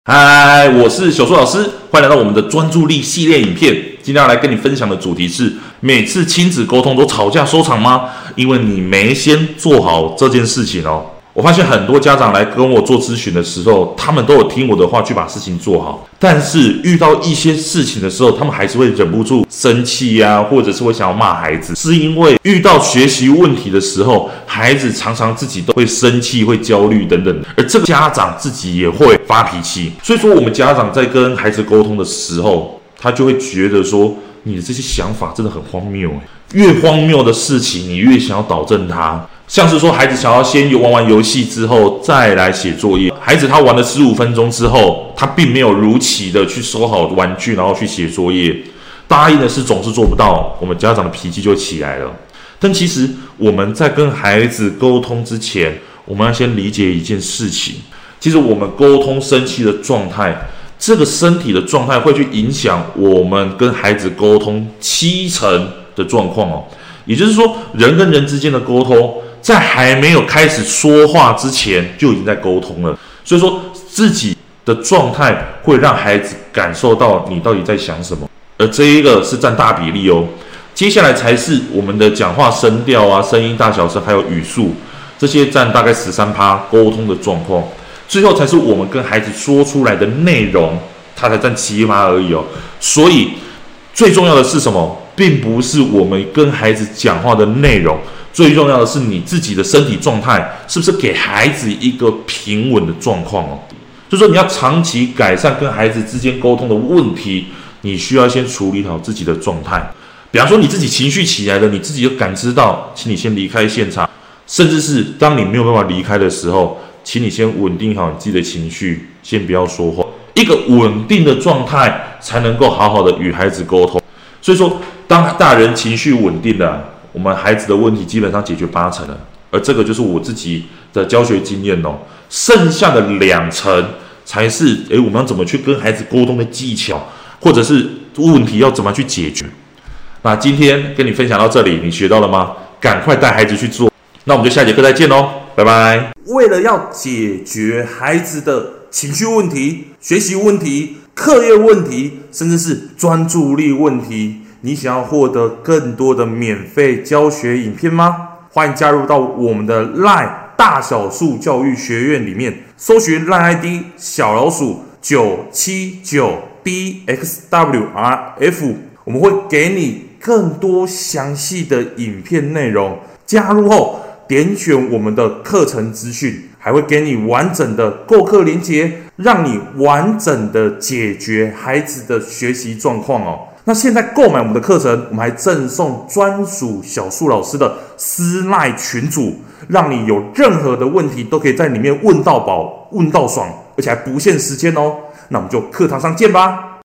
嗨，我是小树老师，欢迎来到我们的专注力系列影片。今天要来跟你分享的主题是：每次亲子沟通都吵架收场吗？因为你没先做好这件事情哦。我发现很多家长来跟我做咨询的时候，他们都有听我的话去把事情做好，但是遇到一些事情的时候，他们还是会忍不住生气啊，或者是会想要骂孩子，是因为遇到学习问题的时候，孩子常常自己都会生气、会焦虑等等，而这个家长自己也会发脾气。所以说，我们家长在跟孩子沟通的时候，他就会觉得说，你的这些想法真的很荒谬，越荒谬的事情，你越想要导正它。像是说，孩子想要先玩玩游戏之后再来写作业，孩子他玩了15分钟之后，他并没有如期的去收好玩具，然后去写作业，答应的事总是做不到，我们家长的脾气就起来了。但其实我们在跟孩子沟通之前，我们要先理解一件事情，其实我们沟通生气的状态，这个身体的状态会去影响我们跟孩子沟通70%的状况哦。也就是说，人跟人之间的沟通，在还没有开始说话之前就已经在沟通了，所以说自己的状态会让孩子感受到你到底在想什么，而这一个是占大比例哦。接下来才是我们的讲话声调啊、声音大小声还有语速，这些占大概13%沟通的状况，最后才是我们跟孩子说出来的内容，它才占7%而已哦。所以最重要的是什么？并不是我们跟孩子讲话的内容，最重要的是你自己的身体状态是不是给孩子一个平稳的状况哦。就是说你要长期改善跟孩子之间沟通的问题，你需要先处理好自己的状态。比方说你自己情绪起来了，你自己就感知到，请你先离开现场，甚至是当你没有办法离开的时候，请你先稳定好你自己的情绪，先不要说话，一个稳定的状态才能够好好的与孩子沟通。所以说，当大人情绪稳定了，我们孩子的问题基本上解决80%了，而这个就是我自己的教学经验哦。剩下的2%才是我们要怎么去跟孩子沟通的技巧，或者是问题要怎么去解决。那今天跟你分享到这里，你学到了吗？赶快带孩子去做。那我们就下节课再见喽，拜拜。为了要解决孩子的情绪问题、学习问题、课业问题，甚至是专注力问题，你想要获得更多的免费教学影片吗？欢迎加入到我们的 LINE 大小树教育学院里面，搜寻 LINE ID 小老鼠979DXWRF， 我们会给你更多详细的影片内容。加入后点选我们的课程资讯，还会给你完整的购课连结，让你完整的解决孩子的学习状况哦。那现在购买我们的课程，我们还赠送专属小树老师的私赖群组，让你有任何的问题都可以在里面问到饱、问到爽，而且还不限时间哦。那我们就课堂上见吧。